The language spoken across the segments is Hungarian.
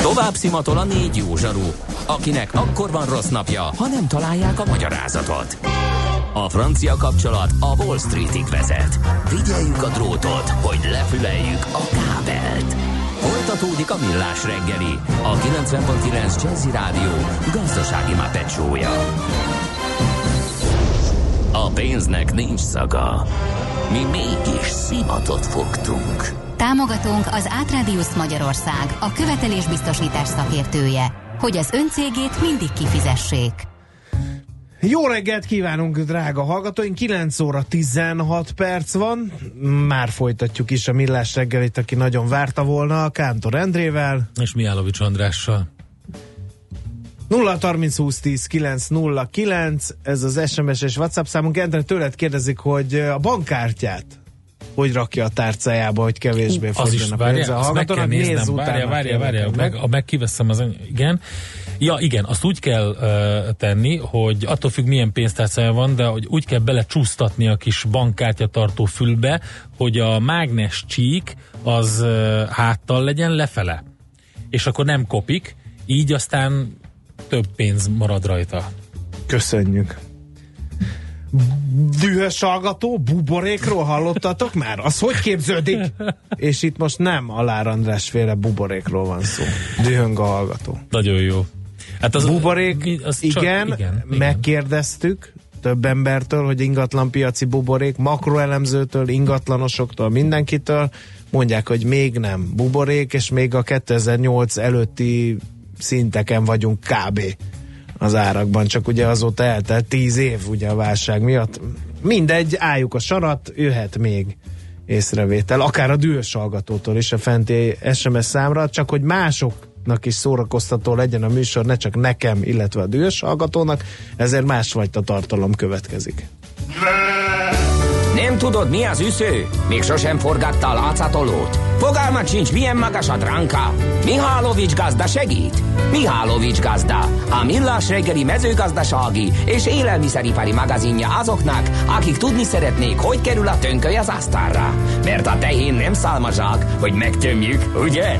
Tovább szimatol a 4 jó zsaru, akinek akkor van rossz napja, ha nem találják a magyarázatot. A francia kapcsolat a Wall Streetig vezet. Figyeljük a drótot, hogy lefüleljük a kábelt. Folytatódik a Millás reggeli, a 90.9 Jazzy Rádió gazdasági Muppet show-ja. A pénznek nincs szaga. Mi mégis szimatot fogtunk. Támogatónk az Átradius Magyarország, a követelésbiztosítás szakértője, hogy az öncégét mindig kifizessék. Jó reggelt kívánunk, drága hallgatóink! 9 óra 16 perc van. Már folytatjuk is a Millás reggelit, aki nagyon várta volna, a Kántor Endrével. És Mihálovics Andrással. 0-30-20-10-9-09, ez az SMS és WhatsApp számunk. Endre, tőled kérdezik, hogy a bankkártyát hogy rakja a tárcájába, hogy kevésbé fogjanak a pénzzel. Hallgatónak, nézz utána. Várjál, meg kiveszem az... Igen. Ja, igen, azt úgy kell tenni, hogy attól függ, milyen pénztárcája van, de hogy úgy kell belecsúsztatni a kis bankkártyatartó fülbe, hogy a mágnes csík az háttal legyen lefele. És akkor nem kopik, így aztán több pénz marad rajta. Köszönjük. Dühös hallgató, buborékról hallottatok már? Az hogy képződik? És itt most nem a Lár András féle buborékról van szó. Dühöng a hallgató. Nagyon jó. Hát az buborék, igen, megkérdeztük több embertől, hogy ingatlanpiaci buborék, makroelemzőtől, ingatlanosoktól, mindenkitől, mondják, hogy még nem buborék, és még a 2008 előtti szinteken vagyunk kb. Az árakban, csak ugye azóta eltelt 10 év ugye a válság miatt. Mindegy, álljuk a sarat, jöhet még észrevétel, akár a dühös hallgatótól is a fenti SMS számra, csak hogy másoknak is szórakoztató legyen a műsor, ne csak nekem, illetve a dühös hallgatónak, ezért másfajta tartalom következik. Nem tudod, mi az üsző? Még sosem forgatta a látszatolót? Fogalmat sincs, milyen magas a dránka? Mihálovics gazda segít? Mihálovics gazda, a Millás reggeli mezőgazdasági és élelmiszeripari magazinja azoknak, akik tudni szeretnék, hogy kerül a tönköly az asztalra. Mert a tehén nem szálmazsák, hogy megtömjük, ugye?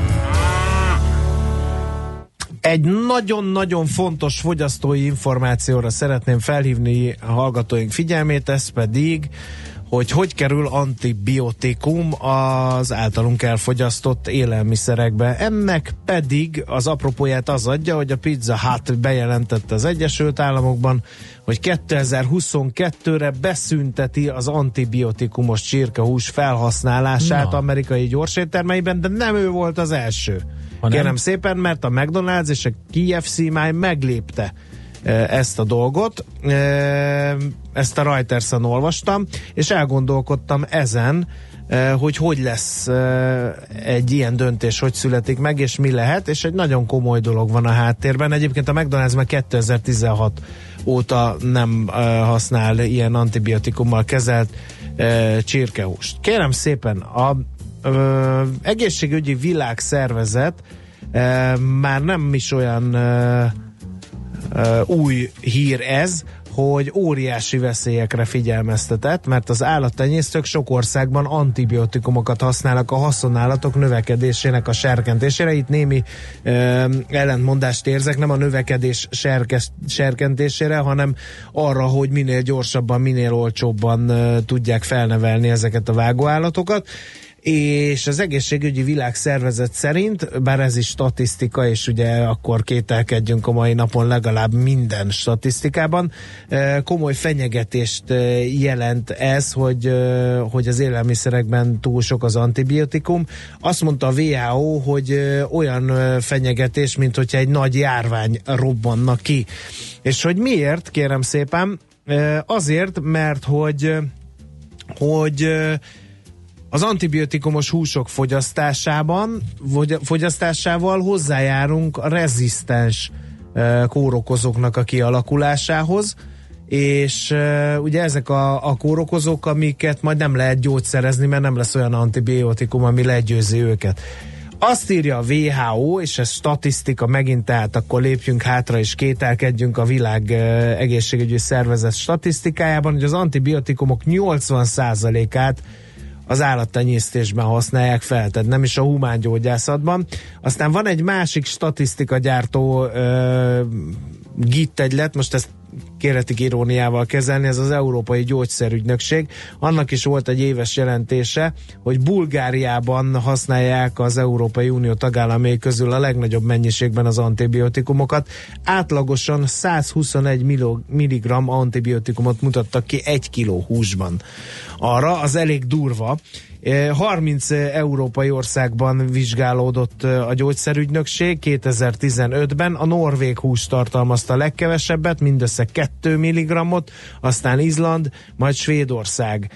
Egy nagyon-nagyon fontos fogyasztói információra szeretném felhívni a hallgatóink figyelmét, ez pedig, hogy kerül antibiotikum az általunk elfogyasztott élelmiszerekbe. Ennek pedig az apropóját az adja, hogy a Pizza Hut bejelentette az Egyesült Államokban, hogy 2022-re beszünteti az antibiotikumos csirkehús felhasználását amerikai gyorséttermeiben, de nem ő volt az első. Kérem szépen, mert a McDonald's és a KFC már meglépte ezt a dolgot, ezt a Reuters-en olvastam, és elgondolkodtam ezen, hogy lesz egy ilyen döntés, hogy születik meg, és mi lehet, és egy nagyon komoly dolog van a háttérben. Egyébként a McDonald's már 2016 óta nem használ ilyen antibiotikummal kezelt csirkehúst. Kérem szépen, a egészségügyi világszervezet már nem is olyan új hír ez, hogy óriási veszélyekre figyelmeztetett, mert az állattenyésztők sok országban antibiotikumokat használnak a haszonállatok növekedésének a serkentésére. Itt némi ellentmondást érzek, nem a növekedés serkentésére, hanem arra, hogy minél gyorsabban, minél olcsóbban tudják felnevelni ezeket a vágóállatokat. És az egészségügyi világszervezet szerint, bár ez is statisztika, és ugye akkor kételkedjünk a mai napon legalább minden statisztikában, komoly fenyegetést jelent ez, hogy az élelmiszerekben túl sok az antibiotikum. Azt mondta a WHO, hogy olyan fenyegetés, mint hogyha egy nagy járvány robbanna ki. És hogy miért, kérem szépen? Azért, mert hogy az antibiotikumos húsok fogyasztásával hozzájárunk a rezisztens kórokozóknak a kialakulásához, és ugye ezek a kórokozók, amiket majd nem lehet gyógyszerezni, mert nem lesz olyan antibiotikum, ami legyőzi őket. Azt írja a WHO, és ez statisztika megint, tehát akkor lépjünk hátra és kételkedjünk a világ egészségügyi szervezet statisztikájában, hogy az antibiotikumok 80%-át az állattenyésztésben használják fel, tehát nem is a humán gyógyászatban. Aztán van egy másik statisztikagyártó gittegylet, most ezt kérhetik iróniával kezelni, ez az Európai Gyógyszerügynökség. Annak is volt egy éves jelentése, hogy Bulgáriában használják az Európai Unió tagállamai közül a legnagyobb mennyiségben az antibiotikumokat. Átlagosan 121 mg antibiotikumot mutattak ki 1 kiló húsban. Arra az elég durva. 30 európai országban vizsgálódott a gyógyszerügynökség 2015-ben, a norvég hús tartalmazta a legkevesebbet, mindössze 2 mg-ot, aztán Izland, majd Svédország.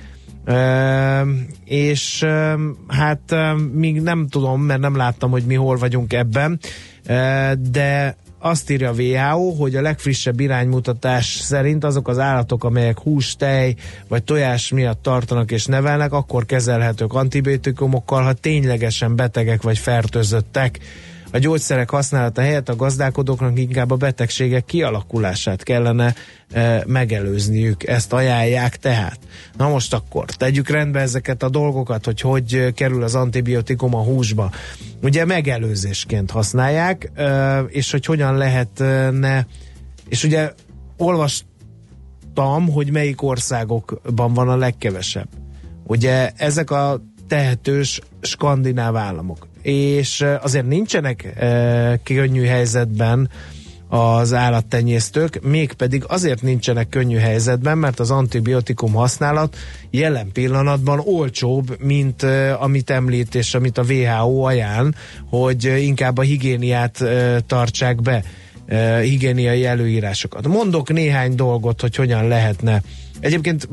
És hát még nem tudom, mert nem láttam, hogy mi hol vagyunk ebben, de azt írja a WHO, hogy a legfrissebb iránymutatás szerint azok az állatok, amelyek hús, tej vagy tojás miatt tartanak és nevelnek, akkor kezelhetők antibiotikumokkal, ha ténylegesen betegek vagy fertőzöttek. A gyógyszerek használata helyett a gazdálkodóknak inkább a betegségek kialakulását kellene megelőzniük. Ezt ajánlják tehát. Na most akkor tegyük rendbe ezeket a dolgokat, hogy kerül az antibiotikum a húsba. Ugye megelőzésként használják, és hogy hogyan lehetne, és ugye olvastam, hogy melyik országokban van a legkevesebb. Ugye ezek a tehetős skandináv államok. És azért nincsenek könnyű helyzetben az állattenyésztők, mégpedig azért nincsenek könnyű helyzetben, mert az antibiotikum használat jelen pillanatban olcsóbb, mint amit említ, és amit a WHO ajánl, hogy inkább a higiéniát tartsák be, higiéniai előírásokat. Mondok néhány dolgot, hogy hogyan lehetne. Egyébként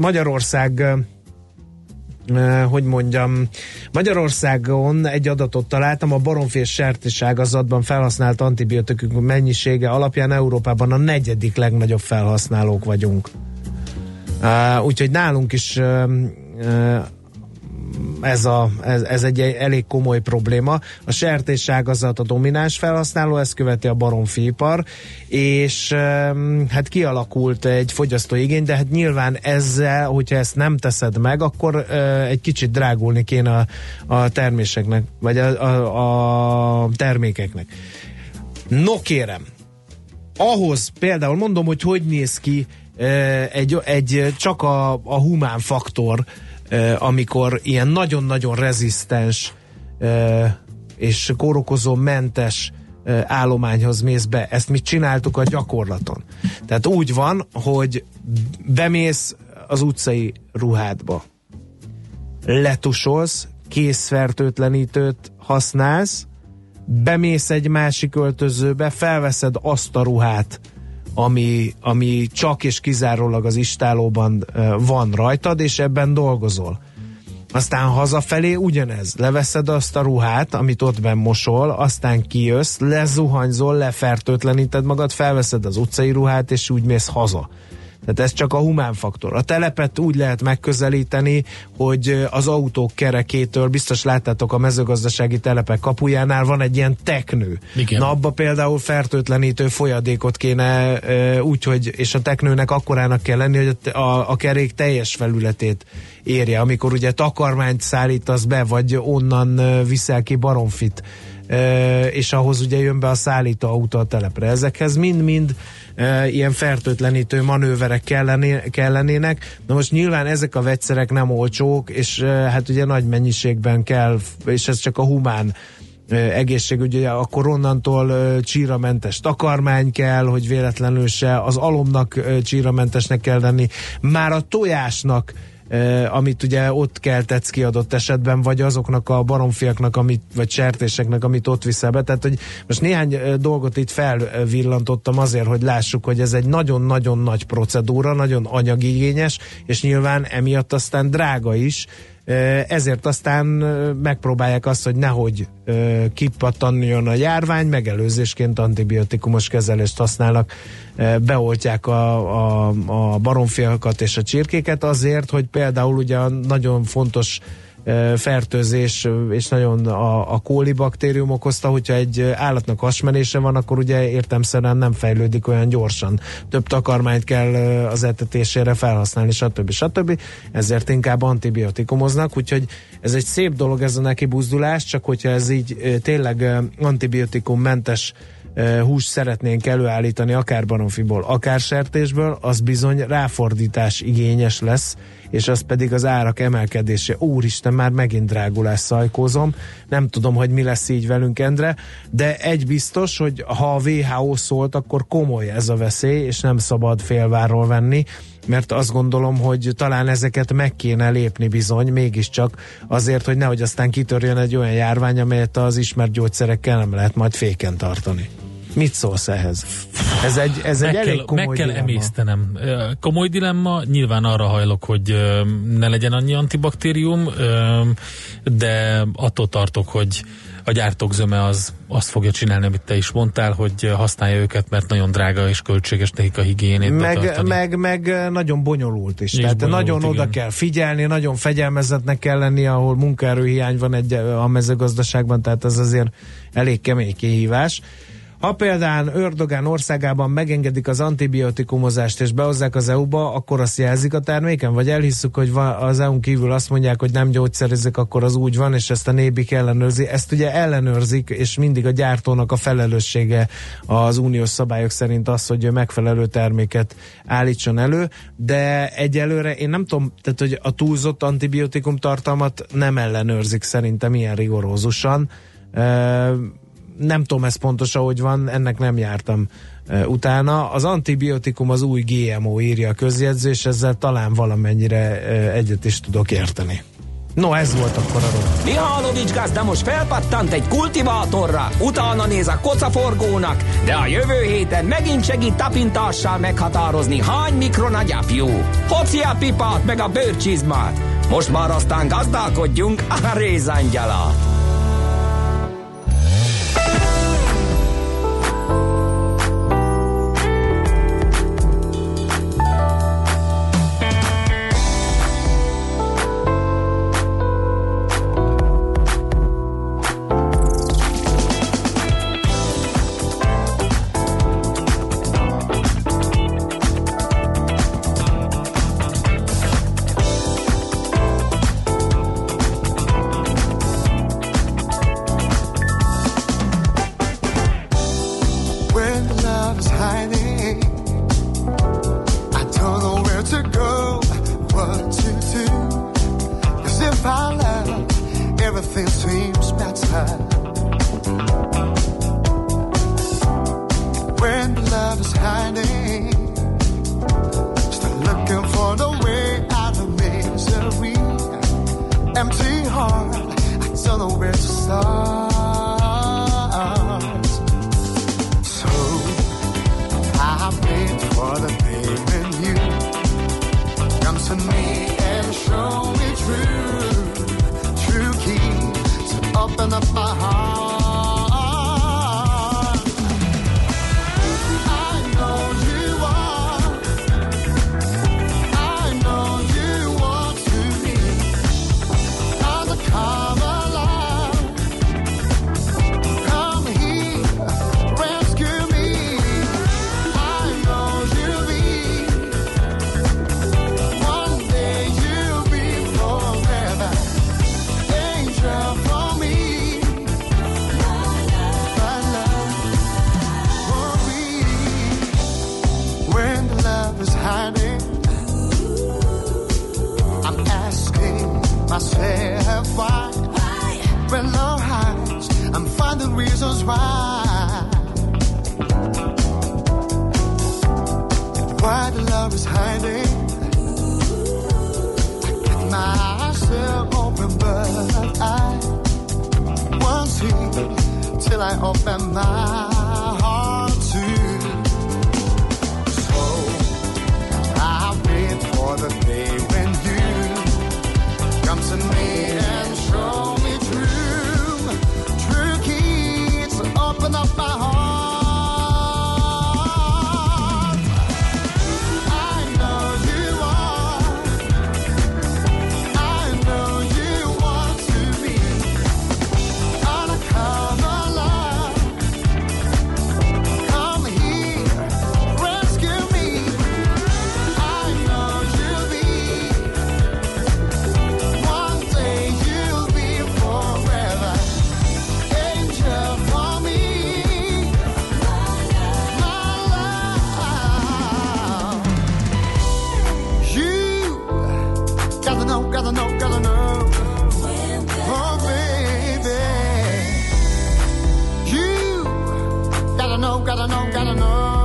Magyarországon egy adatot találtam, a baromfi és sertés ágazatban felhasznált antibiotikum mennyisége alapján Európában a 4. legnagyobb felhasználók vagyunk. Úgyhogy nálunk is ez egy elég komoly probléma. A sertés ágazat a domináns felhasználó, ezt követi a baromfiipar, és hát kialakult egy fogyasztói igény, de hát nyilván ezzel, hogyha ezt nem teszed meg, akkor egy kicsit drágulni kéne a terméseknek, vagy a termékeknek. No kérem, ahhoz például mondom, hogy néz ki csak a humán faktor, amikor ilyen nagyon-nagyon rezisztens és kórokozó mentes állományhoz mész be. Ezt mi csináltuk a gyakorlaton. Tehát úgy van, hogy bemész az utcai ruhádba, letusolsz, készfertőtlenítőt használsz, bemész egy másik öltözőbe, felveszed azt a ruhát, ami csak és kizárólag az istálóban van rajtad, és ebben dolgozol. Aztán hazafelé ugyanez. Leveszed azt a ruhát, amit ott benn mosol, aztán kijössz, lezuhanyzol, lefertőtleníted magad, felveszed az utcai ruhát, és úgy mész haza. Tehát ez csak a humán faktor. A telepet úgy lehet megközelíteni, hogy az autók kerekétől, biztos láttátok a mezőgazdasági telepek kapujánál van egy ilyen teknő. Igen. Na abba például fertőtlenítő folyadékot kéne úgyhogy, és a teknőnek akkorának kell lenni, hogy a kerék teljes felületét érje. Amikor ugye takarmányt szállítasz be, vagy onnan viszel ki baromfit, és ahhoz ugye jön be a szállító autó a telepre. Ezekhez mind-mind ilyen fertőtlenítő manőverek kellenének. Na most nyilván ezek a vegyszerek nem olcsók, és hát ugye nagy mennyiségben kell, és ez csak a humán egészségügy, ugye akkor onnantól csíramentes takarmány kell, hogy véletlenül se, az alomnak csíramentesnek kell lenni, már a tojásnak, amit ugye ott keltetsz ki adott esetben, vagy azoknak a baromfiaknak, vagy sertéseknek, amit ott viszel be. Tehát, hogy most néhány dolgot itt felvillantottam azért, hogy lássuk, hogy ez egy nagyon-nagyon nagy procedúra, nagyon anyagigényes, és nyilván emiatt aztán drága is, ezért aztán megpróbálják azt, hogy nehogy kipattanjon a járvány, megelőzésként antibiotikumos kezelést használnak, beoltják a baromfiakat és a csirkéket azért, hogy például ugye nagyon fontos fertőzés, és nagyon a kólibaktérium okozta, hogyha egy állatnak hasmenése van, akkor ugye értelemszerűen nem fejlődik olyan gyorsan. Több takarmányt kell az etetésére felhasználni, stb. Ezért inkább antibiotikumoznak, úgyhogy ez egy szép dolog, ez a nekibuzdulás, csak hogyha ez így tényleg antibiotikummentes húst szeretnénk előállítani, akár baromfiból, akár sertésből, az bizony ráfordítás igényes lesz, és az pedig az árak emelkedése. Úristen, már megint drágulás, szajkózom. Nem tudom, hogy mi lesz így velünk, Endre, de egy biztos, hogy ha a WHO szólt, akkor komoly ez a veszély, és nem szabad félvárról venni, mert azt gondolom, hogy talán ezeket meg kéne lépni bizony, mégiscsak azért, hogy nehogy aztán kitörjön egy olyan járvány, amelyet az ismert gyógyszerekkel nem lehet majd féken tartani. Mit szólsz ehhez? Ez egy elég komoly meg kell dilemma. emésztenem. Komoly dilemma, nyilván arra hajlok, hogy ne legyen annyi antibaktérium, de attól tartok, hogy a gyártók zöme azt fogja csinálni, amit te is mondtál, hogy használja őket, mert nagyon drága és költséges nekik a higiénét betartani. Meg nagyon bonyolult is. És Tehát bonyolult, nagyon igen. oda kell figyelni, nagyon fegyelmezetnek kell lenni, ahol munkaerőhiány van a mezőgazdaságban, tehát ez azért elég kemény kihívás. Ha például Erdogan országában megengedik az antibiotikumozást és behozzák az EU-ba, akkor azt jelzik a terméken? Vagy elhisszük, hogy az EU-n kívül azt mondják, hogy nem gyógyszerezik, akkor az úgy van, és ezt a NÉBIK ellenőrzi. Ezt ugye ellenőrzik, és mindig a gyártónak a felelőssége az uniós szabályok szerint az, hogy megfelelő terméket állítson elő, de egyelőre én nem tudom, tehát hogy a túlzott antibiotikum tartalmat nem ellenőrzik szerintem ilyen rigorózusan. Nem tudom ez pontosan, hogy van, ennek nem jártam utána. Az antibiotikum az új GMO, írja a közjegyző, és ezzel talán valamennyire egyet is tudok érteni. No, ez volt akkor a rovat. Mihálovics gazda most felpattant egy kultivátorra, utána néz a kocaforgónak, de a jövő héten megint segít tapintással meghatározni, hány mikron a gyapjú. Hoci a pipát meg a bőrcsizmát. Most már aztán gazdálkodjunk a rézangyalát. Gotta know, gotta know, gotta know.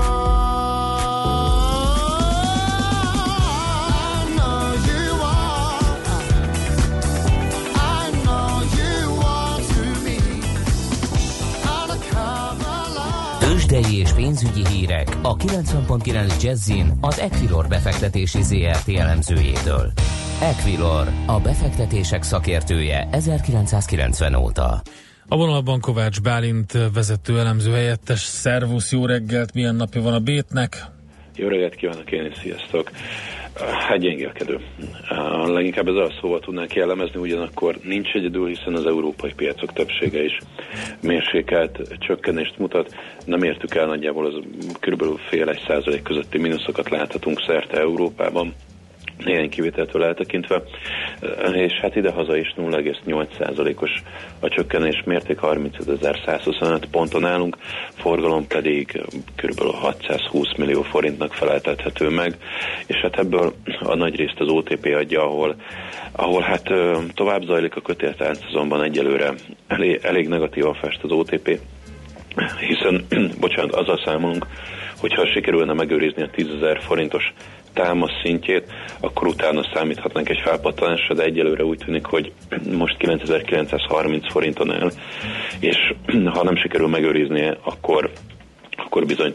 Tőzsdei és pénzügyi hírek a 90.9 Jazzin az Equilor befektetési ZRT elemzőjétől. Equilor, a befektetések szakértője 1990 óta. A vonalban Kovács Bálint vezető elemző helyettes. Szervusz, jó reggelt, milyen napja van a Bétnek? Jó reggelt kívánok én is, sziasztok! Hát gyengélkedő. Leginkább ezzel a szóval tudnánk jellemezni, ugyanakkor nincs egyedül, hiszen az európai piacok többsége is mérsékelt csökkenést mutat. Nem értük el nagyjából, az kb. 0,5% közötti mínuszokat láthatunk szerte Európában, néhány kivételtől eltekintve, és hát idehaza is 0,8%-os a csökkenés mérték, 35.125 ponton állunk, forgalom pedig kb. 620 millió forintnak feleltethető meg, és hát ebből a nagy részt az OTP adja, ahol hát tovább zajlik a kötéltánc, azonban egyelőre elég negatívan fest az OTP, hiszen, azzal számolunk, hogyha sikerülne megőrizni a 10.000 forintos támasz szintjét, akkor utána számíthatnánk egy felpattanásra, de egyelőre úgy tűnik, hogy most 9.930 forinton áll, és ha nem sikerül megőriznie, akkor bizony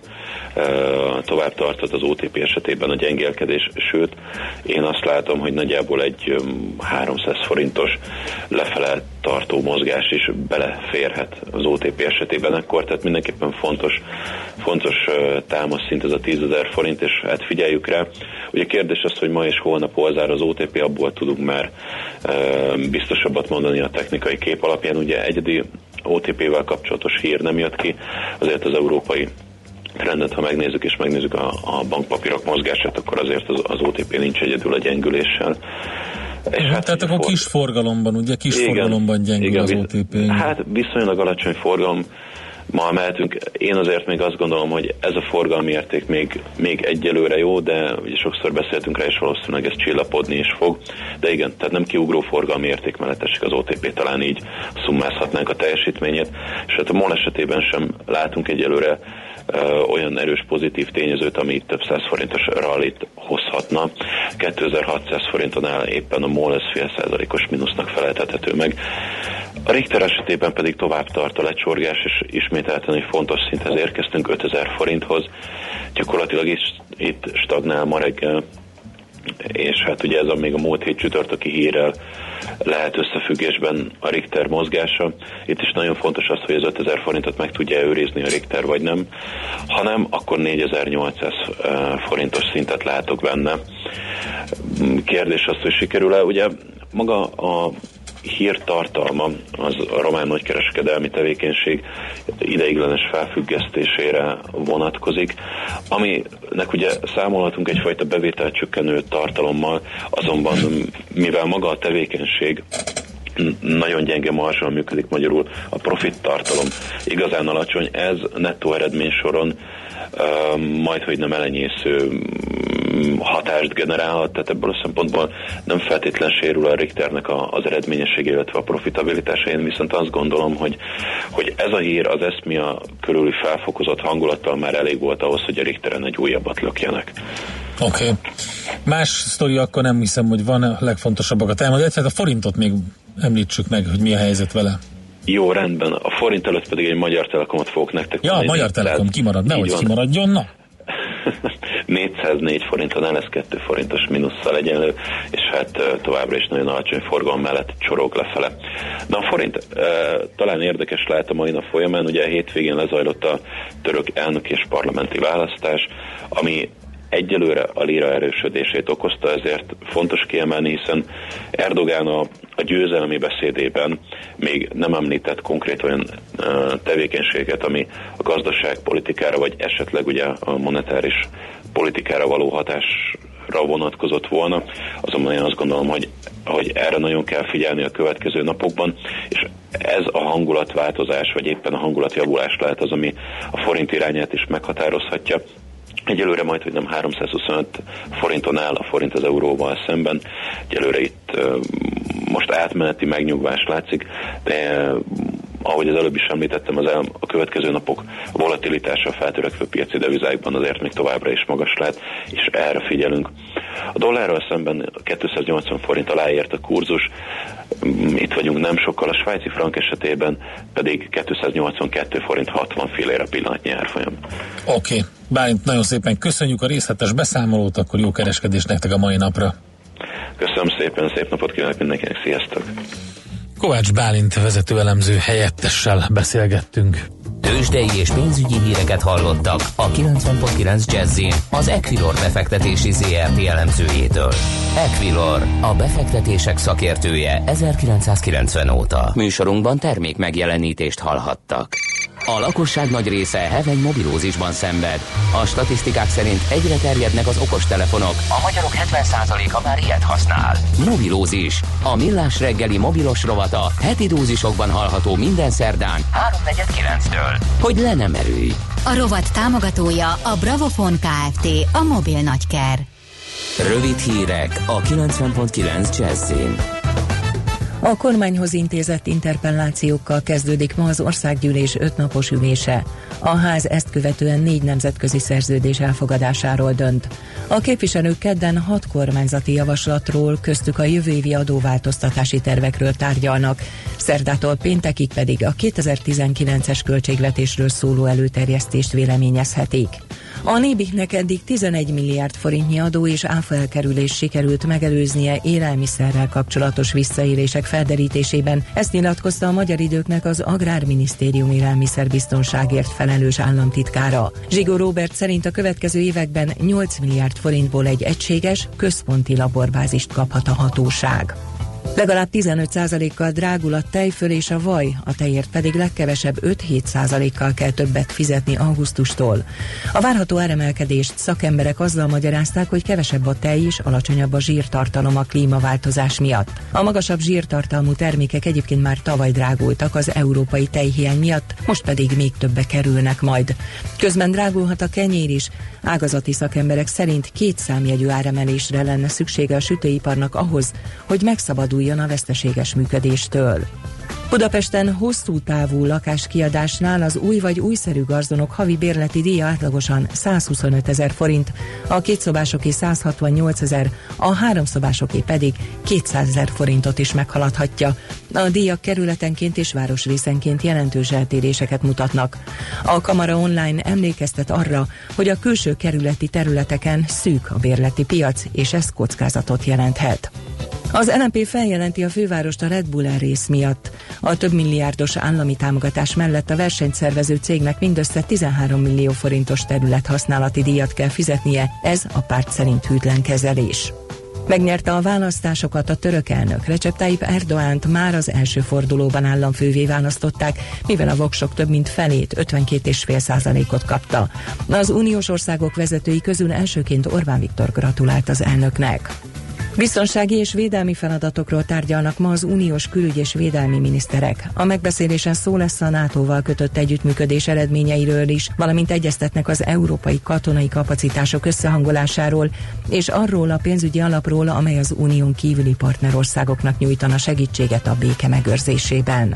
tovább tartott az OTP esetében a gyengélkedés, sőt, én azt látom, hogy nagyjából egy 300 forintos lefele tartó mozgás is beleférhet az OTP esetében ekkor, tehát mindenképpen fontos támaszszint ez a 10.000 forint, és hát figyeljük rá. Ugye kérdés az, hogy ma és holnap hol zár az OTP, abból tudunk már biztosabbat mondani a technikai kép alapján. Ugye egyedi OTP-vel kapcsolatos hír nem jött ki, azért az európai trendet, ha megnézzük és megnézzük a bankpapírok mozgását, akkor azért az OTP nincs egyedül a gyengüléssel. És hát tehát akkor kis forgalomban, ugye forgalomban gyengül az OTP. Hát viszonylag alacsony forgalom ma emeltünk. Én azért még azt gondolom, hogy ez a forgalmi érték még egyelőre jó, de ugye sokszor beszéltünk rá, és valószínűleg ez csillapodni is fog. De igen, tehát nem kiugró forgalmi érték mellett esik az OTP, talán így szummázhatnánk a teljesítményét. És hát a MOL esetében sem látunk egyelőre olyan erős pozitív tényezőt, ami több száz forintos rallit hozhatna. 2600 forinton áll éppen a MOL, ez 0,5%-os mínusznak feleltethető meg. A Richter esetében pedig tovább tart a lecsorgás, és ismételten egy fontos szinthez érkeztünk, 5000 forinthoz. Gyakorlatilag itt stagnál ma reggel, és hát ugye ez még a múlt hét csütörtöki hírrel lehet összefüggésben a Richter mozgása. Itt is nagyon fontos az, hogy az 5000 forintot meg tudja őrizni a Richter, vagy nem. Ha nem, akkor 4800 forintos szintet látok benne. Kérdés az, hogy sikerül-e. Ugye maga a hír tartalma az a román nagykereskedelmi tevékenység ideiglenes felfüggesztésére vonatkozik, aminek ugye számolhatunk egyfajta bevételcsökkenő tartalommal, azonban mivel maga a tevékenység nagyon gyenge marzsal működik, magyarul a profit tartalom igazán alacsony, ez nettó eredmény soron majdhogy nem elenyésző hatást generálhat, tehát ebből a szempontból nem feltétlen sérül a Richternek az eredményessége, illetve a profitabilitása. Én viszont azt gondolom, hogy ez a hír az eszmia körüli felfokozott hangulattal már elég volt ahhoz, hogy a Richteren egy újabbat lökjenek. Oké. Más sztori akkor nem hiszem, hogy van, a legfontosabbakat elmondani. Hát a forintot még említsük meg, hogy mi a helyzet vele. Jó, rendben. A forint előtt pedig egy Magyar Telekomot fogok nektek mondani. Ja, Magyar Telekom kimarad, nehogy kimaradjon, na? 404 forinton áll, ez 2 forintos mínusszal egyenlő, és hát továbbra is nagyon alacsony forgalom mellett csorog lefele. Na a forint talán érdekes lehet a mai nap folyamán, ugye a hétvégén lezajlott a török elnök és parlamenti választás, ami egyelőre a lira erősödését okozta, ezért fontos kiemelni, hiszen Erdogán a győzelmi beszédében még nem említett konkrét olyan tevékenységet, ami a gazdaságpolitikára, vagy esetleg ugye a monetáris politikára való hatásra vonatkozott volna. Azonban én azt gondolom, hogy erre nagyon kell figyelni a következő napokban, és ez a hangulatváltozás, vagy éppen a hangulatjavulás lehet az, ami a forint irányát is meghatározhatja. Egyelőre majd, hogy nem 325 forinton áll a forint az euróval szemben. Egyelőre itt most átmeneti megnyugvás látszik, de ahogy az előbb is említettem, a következő napok volatilitása a feltörekvő piaci devizákban azért még továbbra is magas lehet, és erre figyelünk. A dollárral szemben 280 forint alá ért a kurzus, itt vagyunk nem sokkal, a svájci frank esetében pedig 282 forint 60 fillére pillanatnyi árfolyam. Oké. Bálint, nagyon szépen köszönjük a részletes beszámolót, akkor jó kereskedés nektek a mai napra. Köszönöm szépen, szép napot kívánok mindenkinek, sziasztok! Kovács Bálint vezető elemző helyettessel beszélgettünk. Tőzsdei és pénzügyi híreket hallottak a 90.9 Jazzin az Equilor befektetési ZRT elemzőjétől. Equilor, a befektetések szakértője 1990 óta. Műsorunkban termék megjelenítést hallhattak. A lakosság nagy része heveny mobilózisban szenved. A statisztikák szerint egyre terjednek az okostelefonok, a magyarok 70%-a már ilyet használ. Mobilózis, a Millás reggeli mobilos rovata heti dózisokban hallható minden szerdán 3:49-től. Hogy le nem erőj. A rovat támogatója a Bravofon Kft. A mobil nagyker. Rövid hírek a 90.9 Jazzin. A kormányhoz intézett interpellációkkal kezdődik ma az országgyűlés 5 napos ülése. A ház ezt követően 4 nemzetközi szerződés elfogadásáról dönt. A képviselők kedden 6 kormányzati javaslatról, köztük a jövő évi adóváltoztatási tervekről tárgyalnak, szerdától péntekig pedig a 2019-es költségvetésről szóló előterjesztést véleményezhetik. A Nébiknek eddig 11 milliárd forintnyi adó és áfa elkerülés sikerült megelőznie élelmiszerrel kapcsolatos visszaélések felderítésében. Ezt nyilatkozta a Magyar Időknek az Agrárminisztérium élelmiszerbiztonságért felelős államtitkára. Zsigó Róbert szerint a következő években 8 milliárd forintból egy egységes, központi laborbázist kaphat a hatóság. Legalább 15%-kal drágul a tejföl és a vaj, a tejért pedig legkevesebb 5-7%-kal kell többet fizetni augusztustól. A várható áremelkedést szakemberek azzal magyarázták, hogy kevesebb a tej és alacsonyabb a zsírtartalom a klímaváltozás miatt. A magasabb zsírtartalmú termékek egyébként már tavaly drágultak az európai tejhiány miatt, most pedig még többe kerülnek majd. Közben drágulhat a kenyér is. Ágazati szakemberek szerint 2 számjegyű áremelésre lenne szüksége a sütőiparnak ahhoz, hogy megszabaduljon a veszteséges működéstől. Budapesten hosszú távú lakáskiadásnál az új vagy újszerű garzonok havi bérleti díja átlagosan 125 000 forint, a 2 szobásoké 168 000, a 3 szobásoké pedig 200 000 forintot is meghaladhatja. A díjak kerületenként és városrészenként jelentős eltéréseket mutatnak. A Kamara Online emlékeztet arra, hogy a külső kerületi területeken szűk a bérleti piac, és ez kockázatot jelenthet. Az LMP feljelenti a fővárost a Red Bull rész miatt. A több milliárdos állami támogatás mellett a versenyszervező cégnek mindössze 13 millió forintos területhasználati díjat kell fizetnie, ez a párt szerint hűtlen kezelés. Megnyerte a választásokat a török elnök. Recep Tayyip Erdoğant már az első fordulóban államfővé választották, mivel a voksok több mint felét, 52,5%-ot kapta. Az uniós országok vezetői közül elsőként Orbán Viktor gratulált az elnöknek. Biztonsági és védelmi feladatokról tárgyalnak ma az uniós külügy- és védelmi miniszterek. A megbeszélésen szó lesz a NATO-val kötött együttműködés eredményeiről is, valamint egyeztetnek az európai katonai kapacitások összehangolásáról, és arról a pénzügyi alapról, amely az unión kívüli partnerországoknak nyújtana segítséget a béke megőrzésében.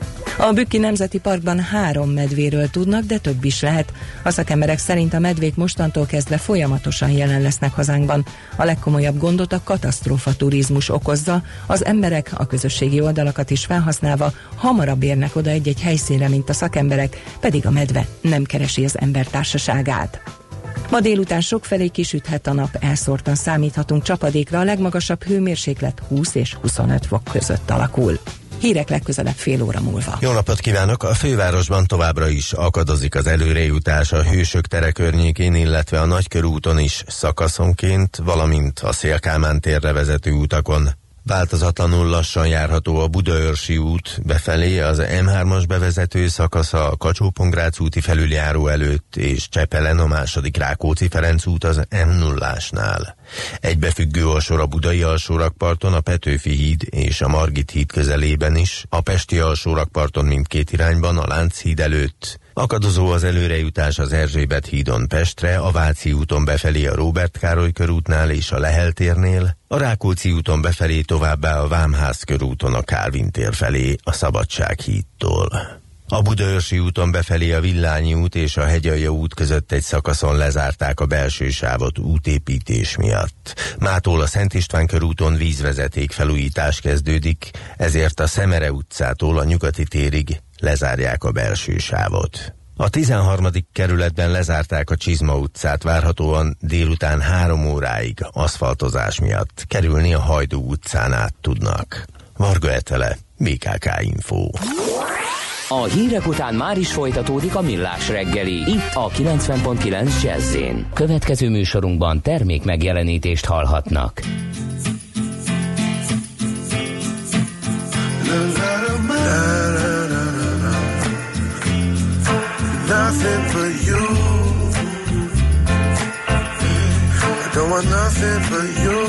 A Bükki Nemzeti Parkban 3 medvéről tudnak, de több is lehet. A szakemberek szerint a medvék mostantól kezdve folyamatosan jelen lesznek hazánkban. A legkomolyabb gondot a katasztrófa turizmus okozza, az emberek a közösségi oldalakat is felhasználva hamarabb érnek oda egy-egy helyszínre, mint a szakemberek, pedig a medve nem keresi az ember társaságát. Ma délután sokfelé kisüthet a nap, elszórtan számíthatunk csapadékra, a legmagasabb hőmérséklet 20 és 25 fok között alakul. Hírek legközelebb fél óra múlva. Jó napot kívánok! A fővárosban továbbra is akadozik az előrejutás a Hősök tere környékén, illetve a Nagykörúton is szakaszonként, valamint a Széll-Kálmán térre vezető utakon. Változatlanul lassan járható a Budaörsi út befelé, az M3-as bevezető szakasza a Kacsó-Pongrác úti felüljáró előtt, és Csepelen a második Rákóczi-Ferenc út az M0-ásnál. Egybefüggő a sor a budai alsórakparton, a Petőfi híd és a Margit híd közelében is, a pesti alsórakparton mindkét irányban, a Lánchíd előtt, Akadozó az előrejutás az Erzsébet hídon Pestre, a Váci úton befelé a Róbert Károly körútnál és a Lehel térnél, a Rákóczi úton befelé továbbá a Vámház körúton a Kálvin tér felé a Szabadság hídtól. A Budaörsi úton befelé a Villányi út és a Hegyalja út között egy szakaszon lezárták a belső sávot útépítés miatt. Mától a Szent István körúton vízvezeték felújítás kezdődik, ezért a Szemere utcától a Nyugati térig lezárják a belső sávot. A 13. kerületben lezárták a Csizma utcát, várhatóan délután 3 óráig aszfaltozás miatt. Kerülni a Hajdú utcán át tudnak. Varga Etele, BKK Info. A hírek után már is folytatódik a Millás reggeli, itt a 90.9 Jazz-én. Következő műsorunkban termék megjelenítést hallhatnak. Nothing but you. I don't want nothing but you.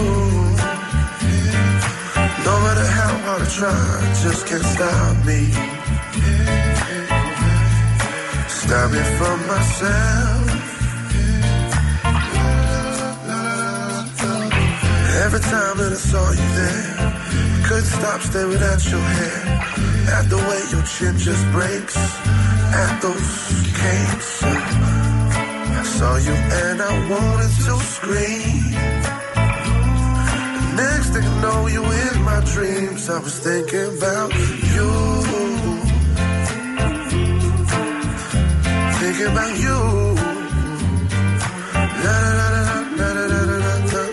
No matter how hard I try, just can't stop me. Stop me from myself. Every time that I saw you there, couldn't stop staring at your hair, at the way your chin just breaks, at those cakes. I saw you and I wanted to scream. Next thing I know, you in my dreams. I was thinking about you, thinking about you. La la la la la la la la la.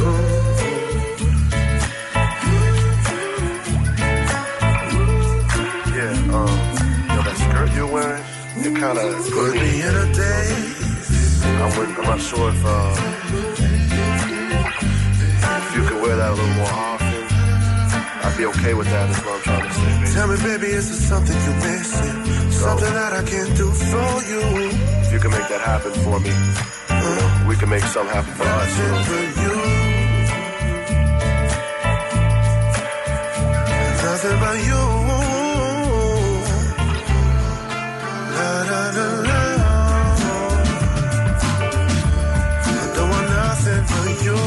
Yeah, yo, that skirt you're wearing, it kind of put me in a daze. I'm not sure if you could wear that a little more often. I'd be okay with that, is what I'm trying to say, baby. Tell me, baby, is there something you're missing? Something that I can do for you? If you can make that happen for me, we can make something happen for us. For you. Nothing but you. La la la la. I don't want nothing but you.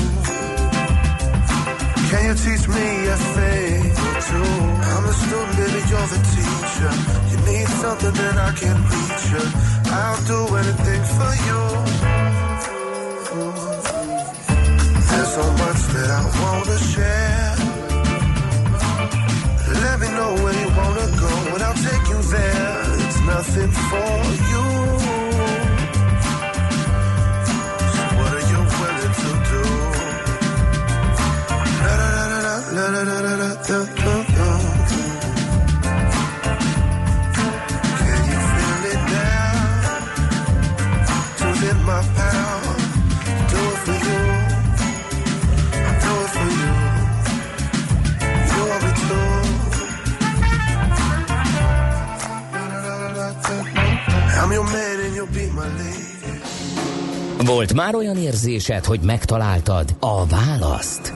Can you teach me a thing or two? I'm a student, baby, you're the teacher. You need something that I can reach you. I'll do anything for you. There's so much that I wanna share. Let me know where you wanna go and I'll take you there. It's nothing for you. So what are you willing to do? La la la la la la la la la la la. Can you feel it now? Tune in my power. Do it for you. I do it for you. You want me to? I'm your man and you'll be my lady. Volt már olyan érzésed, hogy megtaláltad a választ?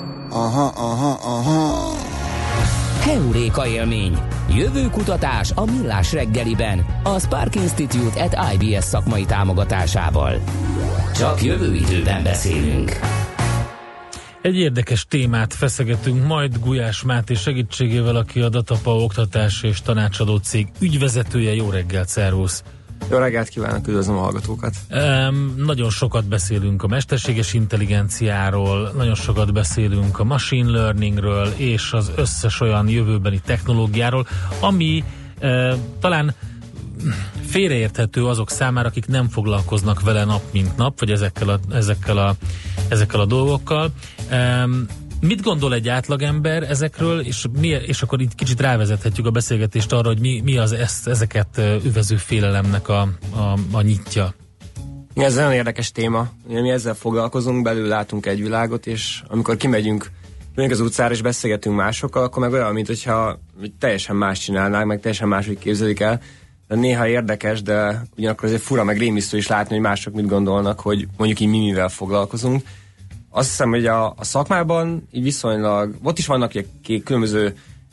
Aha. Heuréka élmény. Jövőkutatás a Millás reggeliben. A Spark Institute at IBS szakmai támogatásával. Csak jövő időben beszélünk. Egy érdekes témát feszegetünk majd Gulyás Máté segítségével, aki a Datapa oktatás és tanácsadó cég ügyvezetője. Jó reggelt, szervusz! Jó reggelt kívánok, üdvözlöm a hallgatókat! Nagyon sokat beszélünk a mesterséges intelligenciáról, nagyon sokat beszélünk a machine learningről és az összes olyan jövőbeni technológiáról, ami talán félreérthető azok számára, akik nem foglalkoznak vele nap mint nap, vagy ezekkel a dolgokkal. Mit gondol egy átlagember ezekről, és akkor itt kicsit rávezethetjük a beszélgetést arra, hogy mi az ezeket üvező félelemnek a nyitja? Ez nagyon érdekes téma. Mi ezzel foglalkozunk, belül látunk egy világot, és amikor kimegyünk az utcára és beszélgetünk másokkal, akkor meg olyan, mintha teljesen más csinálnák, meg teljesen máshogy képzelik el. De néha érdekes, de ugyanakkor azért fura, meg rémisztő is látni, hogy mások mit gondolnak, hogy mondjuk így mivel foglalkozunk. Azt hiszem, hogy a szakmában így viszonylag, ott is vannak különböző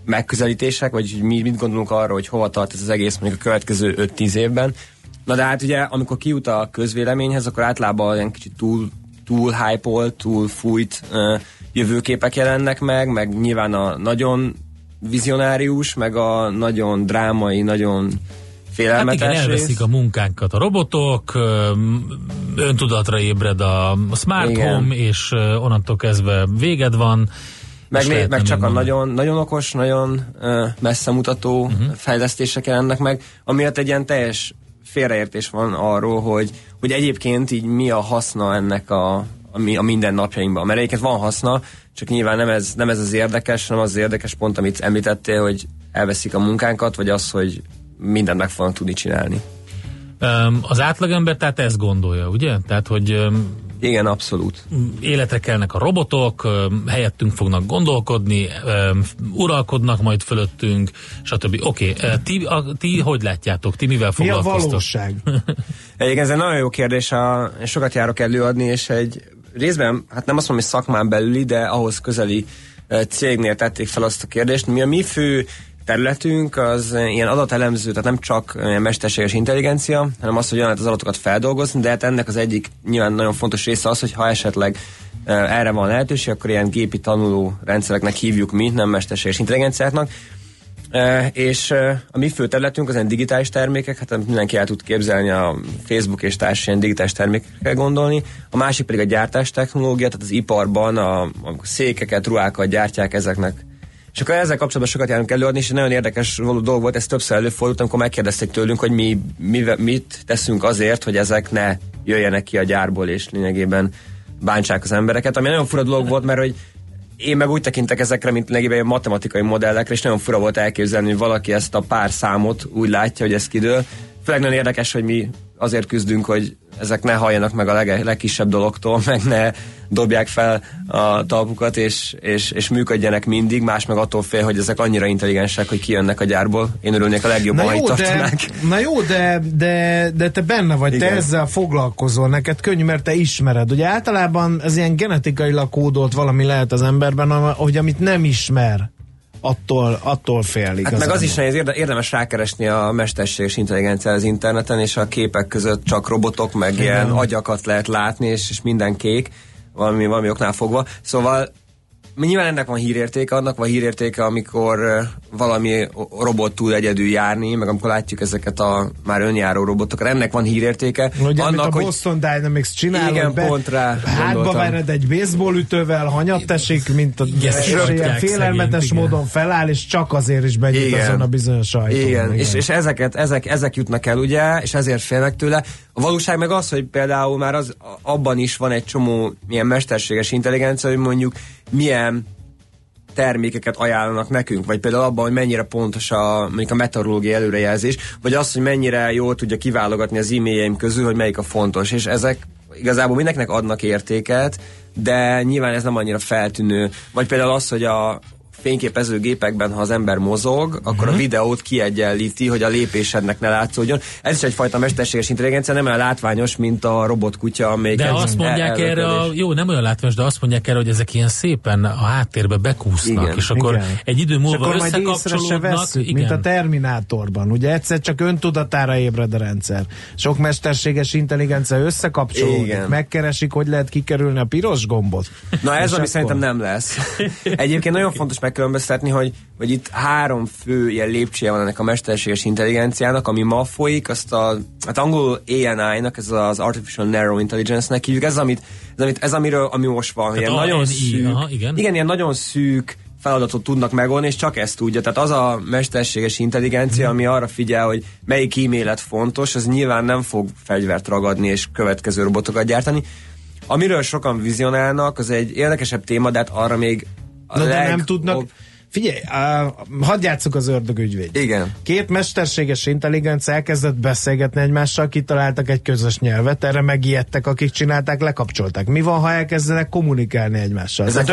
megközelítések, vagy mi mit gondolunk arról, hogy hova tart ez az egész mondjuk a következő 5-10 évben. Na de hát ugye, amikor kijut a közvéleményhez, akkor általában olyan kicsit túl hype-olt, túl fújt jövőképek jelennek meg nyilván a nagyon vizionárius, meg a nagyon drámai, nagyon félelmetes. Hát igen, elveszik a munkánkat a robotok, öntudatra ébred a smart home, és onnantól kezdve véged van. Meg csak a nagyon, nagyon okos, nagyon messzemutató fejlesztések jelennek meg, amiatt egy ilyen teljes félreértés van arról, hogy egyébként így mi a haszna ennek a mindennapjainkban. Mert egyébként van haszna, csak nyilván nem ez az érdekes, hanem az érdekes pont, amit említettél, hogy elveszik a munkánkat, vagy az, hogy mindent meg fognak tudni csinálni. Az átlagember tehát ezt gondolja, ugye? Tehát, hogy igen, abszolút. Életre kelnek a robotok, helyettünk fognak gondolkodni, uralkodnak majd fölöttünk, stb. Oké, ti hogy látjátok? Ti mivel foglalkoztok? Mi a valóság? Egyébként ez egy nagyon jó kérdés, sokat járok előadni, és egy részben, hát nem azt mondom, hogy szakmán belüli, de ahhoz közeli cégnél tették fel azt a kérdést. Mi fő területünk az ilyen adatelemző, tehát nem csak mesterséges intelligencia, hanem az, hogy olyan lehet az adatokat feldolgozni, de hát ennek az egyik nyilván nagyon fontos része az, hogy ha esetleg erre van lehetőség, akkor ilyen gépi tanuló rendszereknek hívjuk mi, nem mesterséges intelligenciáknak. És a mi fő területünk az ilyen digitális termékek, hát mindenki el tud képzelni a Facebook és társ ilyen digitális termékekkel gondolni. A másik pedig a gyártás technológia, tehát az iparban a székeket, ruhákat gyártják ezeknek. És akkor ezzel kapcsolatban sokat járunk előadni, és nagyon érdekes dolog volt, ez többször előfordult, amikor megkérdezték tőlünk, hogy mit teszünk azért, hogy ezek ne jöjjenek ki a gyárból, és lényegében bántsák az embereket. Ami nagyon fura dolog volt, mert hogy én meg úgy tekintek ezekre, mint lényegében matematikai modellekre, és nagyon fura volt elképzelni, hogy valaki ezt a pár számot úgy látja, hogy ez kidől. Főleg nagyon érdekes, hogy mi azért küzdünk, hogy ezek ne halljanak meg a legkisebb dologtól, meg ne dobják fel a talpukat, és működjenek mindig, más meg attól fél, hogy ezek annyira intelligensek, hogy kijönnek a gyárból. Én örülnék a legjobban, ha itt tartanák. Na jó, de te benne vagy, igen. Te ezzel foglalkozol, neked könnyű, mert te ismered. Ugye általában ez ilyen genetikailag kódolt valami lehet az emberben, hogy amit nem ismer, attól fél igazán. Hát meg az is nehéz, érdemes rákeresni a mesterséges intelligenciát az interneten, és a képek között csak robotok, meg ilyen agyakat lehet látni, és minden kék, valami oknál fogva. Szóval nyilván ennek van hírértéke, annak van hírértéke, amikor valami robot tud egyedül járni, meg amikor látjuk ezeket a már önjáró robotokat, ennek van hírértéke. Ugye, annak, amit a Boston Dynamics csinál, igen, pont rá hátba vered egy baseballütővel, hanyat mint a félelmetes módon feláll, és csak azért is benyit azon a bizonyos ajtón. Igen, és ezek jutnak el, ugye, és ezért félnek tőle. A valóság meg az, hogy például már abban is van egy csomó ilyen mesterséges intelligencia, hogy mondjuk milyen termékeket ajánlanak nekünk, vagy például abban, hogy mennyire pontos mondjuk a meteorológiai előrejelzés, vagy az, hogy mennyire jól tudja kiválogatni az e-mailjeim közül, hogy melyik a fontos, és ezek igazából mindenkinek adnak értéket, de nyilván ez nem annyira feltűnő. Vagy például az, hogy a fényképezőgépekben, ha az ember mozog, akkor a videót kiegyenlíti, hogy a lépésednek ne látszódjon. Ez is egyfajta mesterséges intelligencia, nem olyan látványos, mint a robotkutya, amelyik... De azt mondják erre, jó, nem olyan látványos, de azt mondják erre, hogy ezek ilyen szépen a háttérbe bekúsznak, igen, és akkor egy idő múlva összekapcsolódnak. Mint a Terminátorban, ugye egyszer csak öntudatára ébred a rendszer. Sok mesterséges intelligencia összekapcsolódik, megkeresik, hogy lehet kikerülni a piros gombot. Na ez, ami szerintem nem lesz. Egyébként nagyon fontos megkülönböztetni, hogy itt 3 fő ilyen lépcsője van ennek a mesterséges intelligenciának, ami ma folyik, azt hát angolul ANI-nak, ez az Artificial Narrow Intelligence-nek hívjuk, ez ami most van, ilyen nagyon szűk, igen, ilyen nagyon szűk feladatot tudnak megoldani, és csak ezt tudja. Tehát az a mesterséges intelligencia, ami arra figyel, hogy melyik e-mailet fontos, az nyilván nem fog fegyvert ragadni és következő robotokat gyártani. Amiről sokan vizionálnak, az egy érdekesebb téma, de hát arra még de nem tudnak. Figyelj, hadd játsszuk az ördögügyvéd. Igen. 2 mesterséges intelligencia elkezdett beszélgetni egymással, kitaláltak egy közös nyelvet, erre megijedtek, akik csinálták, lekapcsolták. Mi van, ha elkezdenek kommunikálni egymással? Ezek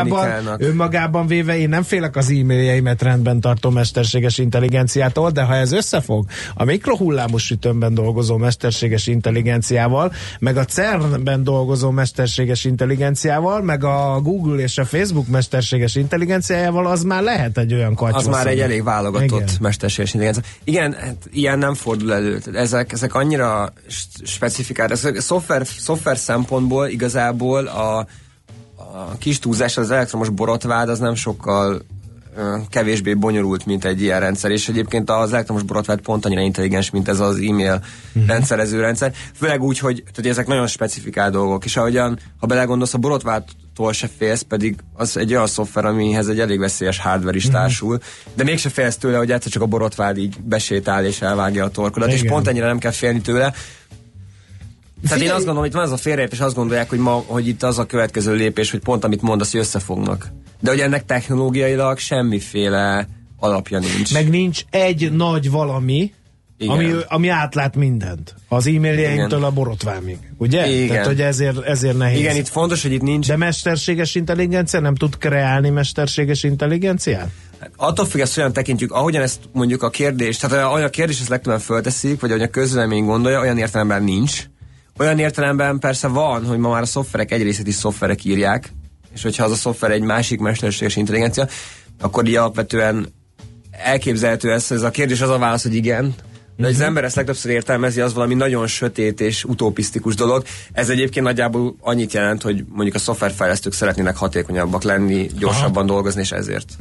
önmagában véve én nem félek az e-mailjeimet rendben tartó mesterséges intelligenciától, de ha ez összefog a mikrohullámos sütőmben dolgozó mesterséges intelligenciával, meg a CERN-ben dolgozó mesterséges intelligenciával, meg a Google és a Facebook mesterséges intelligenciájával, az már lehet egy olyan katyvasz. Az már egy elég válogatott mesterséges intelligencia. Igen, hát ilyen nem fordul elő. Ezek annyira specifikált. Szoftver szempontból igazából a kis túlzás, az elektromos borotvád az nem sokkal kevésbé bonyolult, mint egy ilyen rendszer, és egyébként az elektromos borotvád pont annyira intelligens, mint ez az e-mail rendszerező rendszer. Főleg úgy, hogy ezek nagyon specifikált dolgok, és ahogyan, ha belegondolsz, a borotvádtól se félsz, pedig az egy olyan szoftver, amihez egy elég veszélyes hardware is társul, de mégse félsz tőle, hogy egyszer csak a borotvád így besétál és elvágja a torkodat, és pont ennyire nem kell félni tőle. Tehát én azt gondolom, hogy itt van ez a félreértés, és azt gondolják, hogy itt az a következő lépés, hogy pont amit mondasz, hogy összefognak. De hogy ennek technológiailag semmiféle alapja nincs. Meg nincs egy nagy valami, ami átlát mindent. Az e-mailjeinktől a borotvámig. Ugye? Igen. Tehát, hogy ezért nehéz. Igen, itt fontos, hogy itt nincs. De mesterséges intelligencia nem tud kreálni mesterséges intelligenciát? Hát attól függ, ezt olyan tekintjük, ahogyan ezt mondjuk a kérdés, tehát ahogy a kérdés ezt legtöbben fölteszik, vagy ahogy a közvélemény gondolja, olyan értelemben nincs. Olyan értelemben persze van, hogy ma már a szoftverek egy részét is szoftverek írják, és hogyha az a szoftver egy másik mesterséges intelligencia, akkor így alapvetően elképzelhető ez a kérdés, az a válasz, hogy igen. De az ember ezt legtöbbször értelmezi, az valami nagyon sötét és utopisztikus dolog. Ez egyébként nagyjából annyit jelent, hogy mondjuk a szoftverfejlesztők szeretnének hatékonyabbak lenni, gyorsabban dolgozni, és ezért.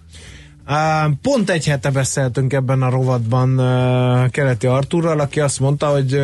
Pont egy hete beszéltünk ebben a rovatban Keleti Artúrral, aki azt mondta, hogy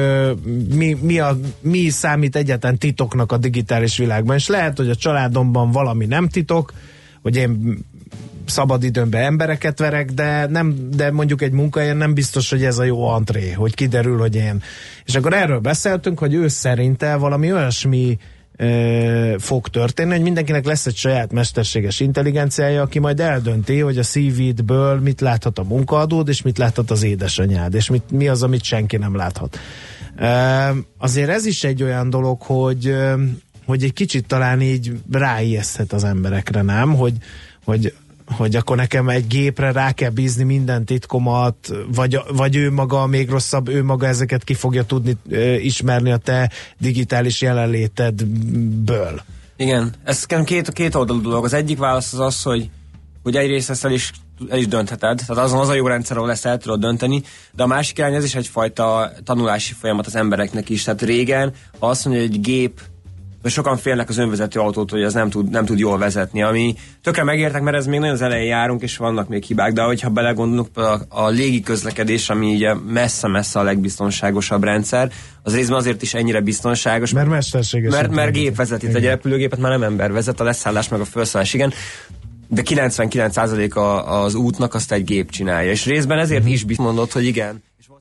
mi számít egyáltalán titoknak a digitális világban, és lehet, hogy a családomban valami nem titok, hogy én szabad időmben embereket verek, de mondjuk egy munkahelyen nem biztos, hogy ez a jó antré, hogy kiderül, hogy én. És akkor erről beszéltünk, hogy ő szerinte valami olyasmi fog történni, hogy mindenkinek lesz egy saját mesterséges intelligenciája, aki majd eldönti, hogy a CV-ből mit láthat a munkaadód, és mit láthat az édesanyád, és mi az, amit senki nem láthat. Azért ez is egy olyan dolog, hogy egy kicsit talán így ráijeszthet az emberekre, nem? Hogy akkor nekem egy gépre rá kell bízni minden titkomat, vagy ő maga, még rosszabb, ő maga ezeket ki fogja tudni ismerni a te digitális jelenlétedből. Igen, ez két oldalú dolog. Az egyik válasz az, hogy egyrészt ezt el is döntheted, tehát azon az a jó rendszer, ahol ezt el tudod dönteni, de a másik irány ez is egyfajta tanulási folyamat az embereknek is. Tehát régen, ha azt mondja, hogy egy gép, sokan félnek az önvezető autót, hogy az nem tud jól vezetni, ami tökre megértek, mert ez még nagyon az elején járunk, és vannak még hibák, de hogyha belegondolunk, a légi közlekedés, ami ugye messze-messze a legbiztonságosabb rendszer, az részben azért is ennyire biztonságos, mert mesterséges. Mert gép vezeti, egy repülőgépet már nem ember vezet, a leszállás meg a felszállás, igen, de 99% az útnak azt egy gép csinálja, és részben ezért is mondott, hogy igen.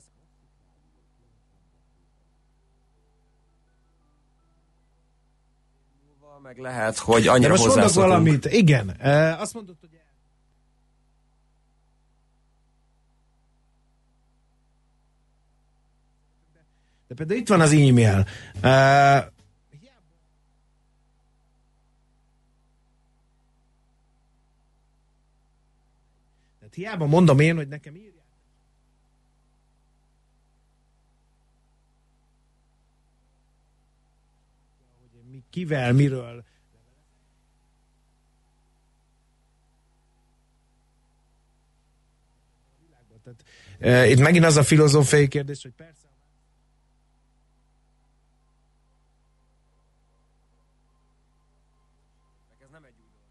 Meg lehet, hogy annyira hozzászokunk. De most mondok valamit, igen. Azt mondod, hogy de például itt van az e-mail. Tehát hiába mondom én, hogy nekem írják. Kivel, miről. Tehát, itt megint az a filozófiai kérdés, hogy persze ez nem egy úgy dolog.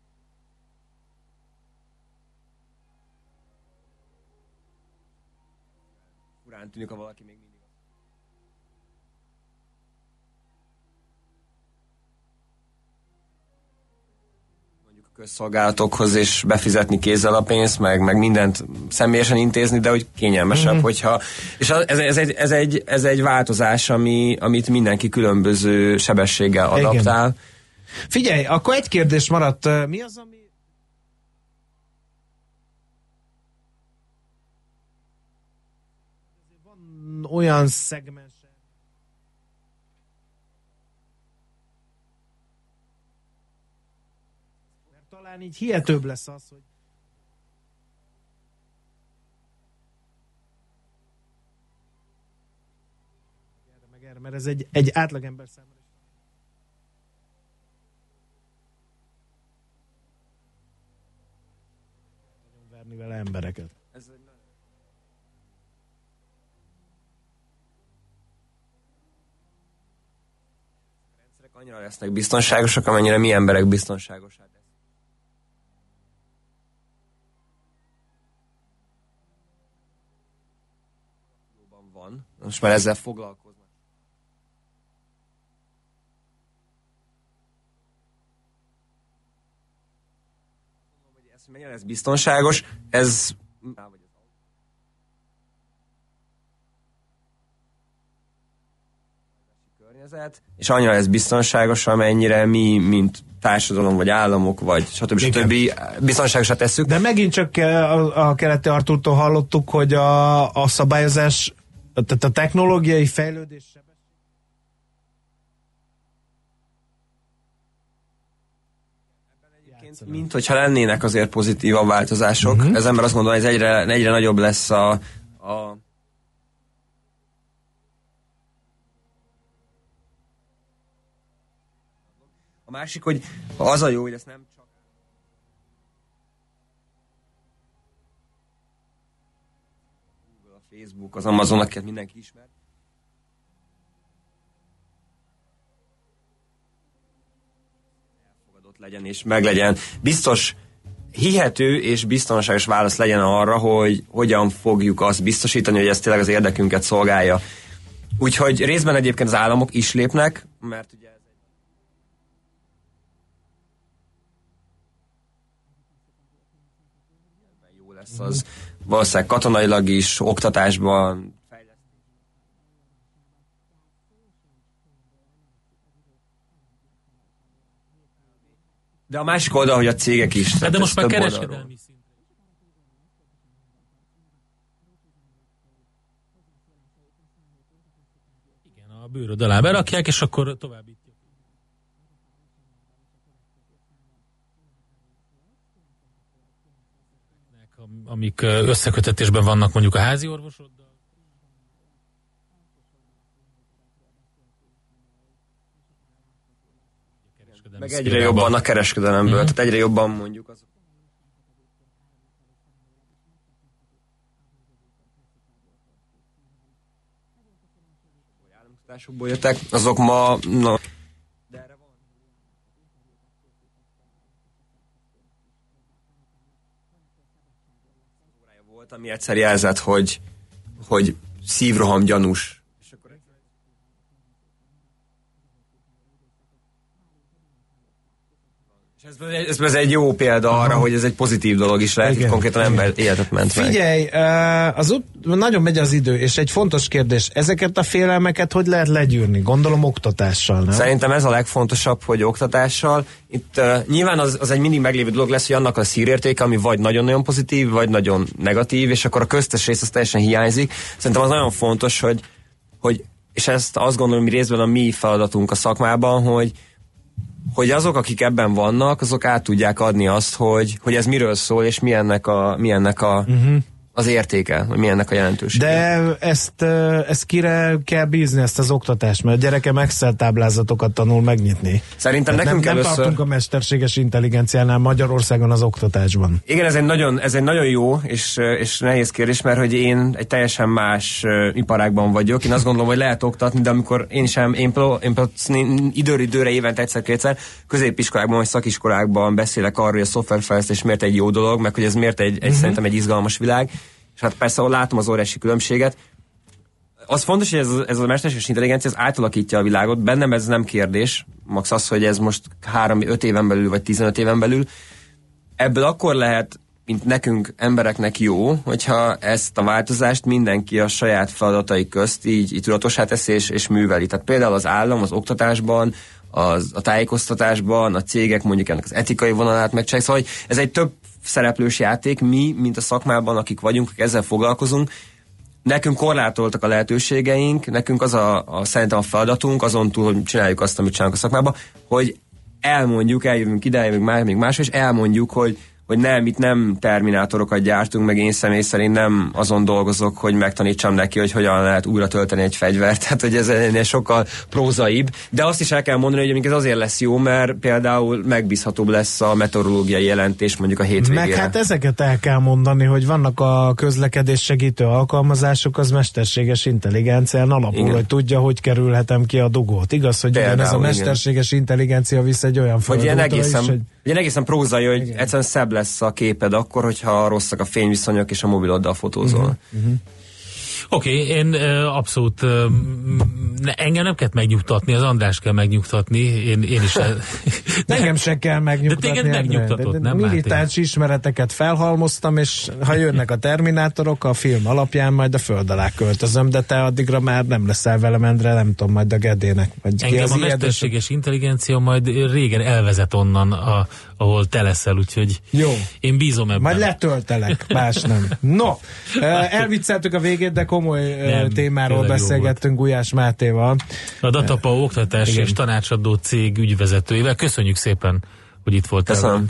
Furán tűnik, ha valaki még mindig közszolgálatokhoz, és befizetni kézzel a pénzt, meg mindent személyesen intézni, de hogy kényelmesebb, hogyha... És ez egy változás, amit mindenki különböző sebességgel adaptál. Igen. Figyelj, akkor egy kérdés maradt. Mi az, ami... Van olyan szegmens, így hihetőbb lesz az, hogy erre, mert ez egy átlagember számára. embereket. Annyira lesznek biztonságosak, amennyire mi emberek biztonságosák. Van. Most már ezzel foglalkoznak. Mennyire lesz biztonságos, ez környezet, és annyira lesz biztonságos, amennyire mi, mint társadalom, vagy államok, vagy stb. Biztonságosat tesszük. De megint csak a Keleti Artúrtól hallottuk, hogy a szabályozás, tehát a technológiai fejlődés mint hogyha lennének azért pozitívabb változások. Ez ember azt gondolja, hogy ez egyre nagyobb lesz a másik, hogy az a jó, hogy ezt nem csak Google, a Facebook, az Amazon, akiket mindenki ismer. Elfogadott legyen és meglegyen. Biztos, hihető és biztonságos válasz legyen arra, hogy hogyan fogjuk azt biztosítani, hogy ez tényleg az érdekünket szolgálja. Úgyhogy részben egyébként az államok is lépnek, mert ugye az valószínűleg katonailag is, oktatásban. De a másik oldal, hogy a cégek is. De most már kereskedelmi szint. Igen, a bőröd alá berakják, és akkor továbbítják. Amik összekötetésben vannak mondjuk a házi orvosoddal. Meg egyre jobban a kereskedelemből, tehát egyre jobban mondjuk azok. Államkutatásokból jöttek, azok ma... ami egyszer jelzett, hogy szívroham gyanús. És ez egy jó példa arra, hogy ez egy pozitív dolog is lehet, hogy konkrétan ember életet ment meg. Figyelj, nagyon megy az idő, és egy fontos kérdés, ezeket a félelmeket hogy lehet legyűrni? Gondolom oktatással, nem? Szerintem ez a legfontosabb, hogy oktatással. Itt nyilván az egy mindig meglévő dolog lesz, hogy annak a szírértéke, ami vagy nagyon-nagyon pozitív, vagy nagyon negatív, és akkor a köztes rész az teljesen hiányzik. Szerintem az nagyon fontos, hogy és ezt azt gondolom, hogy részben a mi feladatunk a szakmában, hogy azok, akik ebben vannak, azok át tudják adni azt, hogy ez miről szól, és mi ennek az értéke, mi ennek a jelentősége. De ezt kire kell bízni, ezt az oktatást? Mert a gyerekem Excel táblázatokat tanul megnyitni. Szerintem nekünk nem tartunk a mesterséges intelligenciánál Magyarországon az oktatásban. Igen, ez egy nagyon jó és nehéz kérdés, mert hogy én egy teljesen más iparágban vagyok. Én azt gondolom, hogy lehet oktatni, de amikor én időre évente egyszer-kétszer középiskolákban vagy szakiskolákban beszélek arról, hogy a szoftverfejlesztés miért egy jó dolog, meg hogy ez miért szerintem egy izgalmas világ. És hát persze, ahol látom az óriási különbséget. Az fontos, hogy ez a mesterséges intelligencia az átalakítja a világot. Bennem ez nem kérdés. Max az, hogy ez most 3-5 éven belül, vagy 15 éven belül. Ebből akkor lehet, mint nekünk, embereknek jó, hogyha ezt a változást mindenki a saját feladatai közt így tudatossá teszi és műveli. Tehát például az állam, az oktatásban, a tájékoztatásban, a cégek mondjuk ennek az etikai vonalát megcsinálják. Szóval ez egy több szereplős játék, mi, mint a szakmában, akik vagyunk, akik ezzel foglalkozunk, nekünk korlátoltak a lehetőségeink, nekünk az szerintem a feladatunk, azon túl, hogy csináljuk azt, amit csinálunk a szakmában, hogy elmondjuk, eljövünk ide, eljövünk még másra, és elmondjuk, hogy nem, itt nem terminátorokat gyártunk, meg én személy szerint nem azon dolgozok, hogy megtanítsam neki, hogy hogyan lehet újra tölteni egy fegyvert, tehát hogy ez ennél sokkal prózaibb, de azt is el kell mondani, hogy ez azért lesz jó, mert például megbízhatóbb lesz a meteorológiai jelentés mondjuk a hétvégére. Meg hát ezeket el kell mondani, hogy vannak a közlekedés segítő alkalmazások, az mesterséges intelligencián alapul, igen, hogy tudja, hogy kerülhetem ki a dugót. Igaz, hogy ez a mesterséges intelligencia visz egy olyan földútra is, hogy... Ilyen egészen prózai, hogy igen, egyszerűen szebb lesz a képed akkor, hogyha rosszak a fényviszonyok és a mobiloddal fotózol. Oké, én abszolút engem nem kell megnyugtatni, az András kell megnyugtatni, én is... Engem se kell megnyugtatni. De téged megnyugtatott, nem? Militáns ismereteket felhalmoztam, és ha jönnek a terminátorok, a film alapján majd a föld alá költözöm, de te addigra már nem leszel velem, Endre, nem tudom, majd a Gedének. Vagy engem a mesterséges intelligencia majd régen elvezet onnan, ahol te leszel, úgyhogy jó, én bízom ebben. Majd letöltelek, más nem. No, elvicceltük a végét, de komoly témáról beszélgettünk Gulyás Mátéval. A Datapa oktatási és tanácsadó cég ügyvezetőjével. Köszönjük szépen, hogy itt voltál. Köszönöm.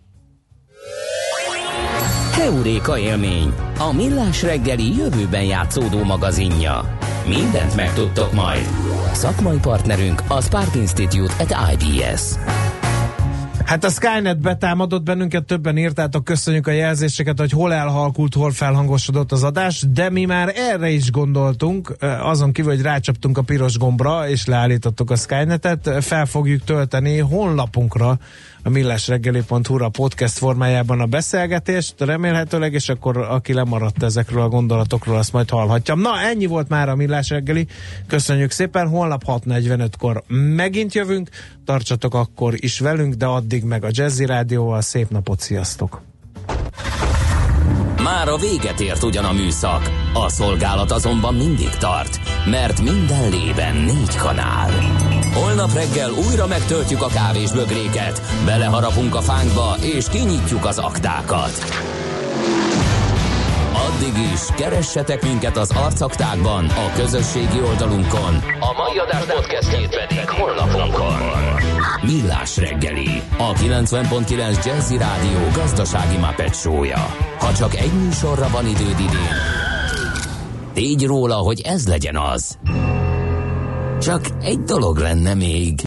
Heuréka élmény, a Millás reggeli jövőben játszódó magazinja. Mindent megtudtok majd. Szakmai partnerünk a Spark Institute at IBS. Hát a Skynet betámadott bennünket, többen írtátok, köszönjük a jelzéseket, hogy hol elhalkult, hol felhangosodott az adás, de mi már erre is gondoltunk, azon kívül, hogy rácsaptunk a piros gombra, és leállítottuk a Skynetet, fel fogjuk tölteni honlapunkra, a millásreggeli.hu-ra podcast formájában a beszélgetést, remélhetőleg, és akkor aki lemaradt ezekről a gondolatokról, azt majd hallhatja. Na, ennyi volt már a Millás reggeli. Köszönjük szépen, holnap 6:45-kor megint jövünk, tartsatok akkor is velünk, de addig meg a Jazzy Rádióval. Szép napot, sziasztok! Már a véget ért ugyan a műszak, a szolgálat azonban mindig tart, mert minden lében 4 kanál. Holnap reggel újra megtöltjük a kávésbögréket, beleharapunk a fánkba és kinyitjuk az aktákat. Addig is keressetek minket az arcaktákban, a közösségi oldalunkon. A mai adás podcastjét pedig honlapunkon. Millás reggeli, a 90.9 Jazzy Rádió gazdasági Muppet show-ja. Ha csak egy műsorra van időd idén, tégy róla, hogy ez legyen az. Csak egy dolog lenne még.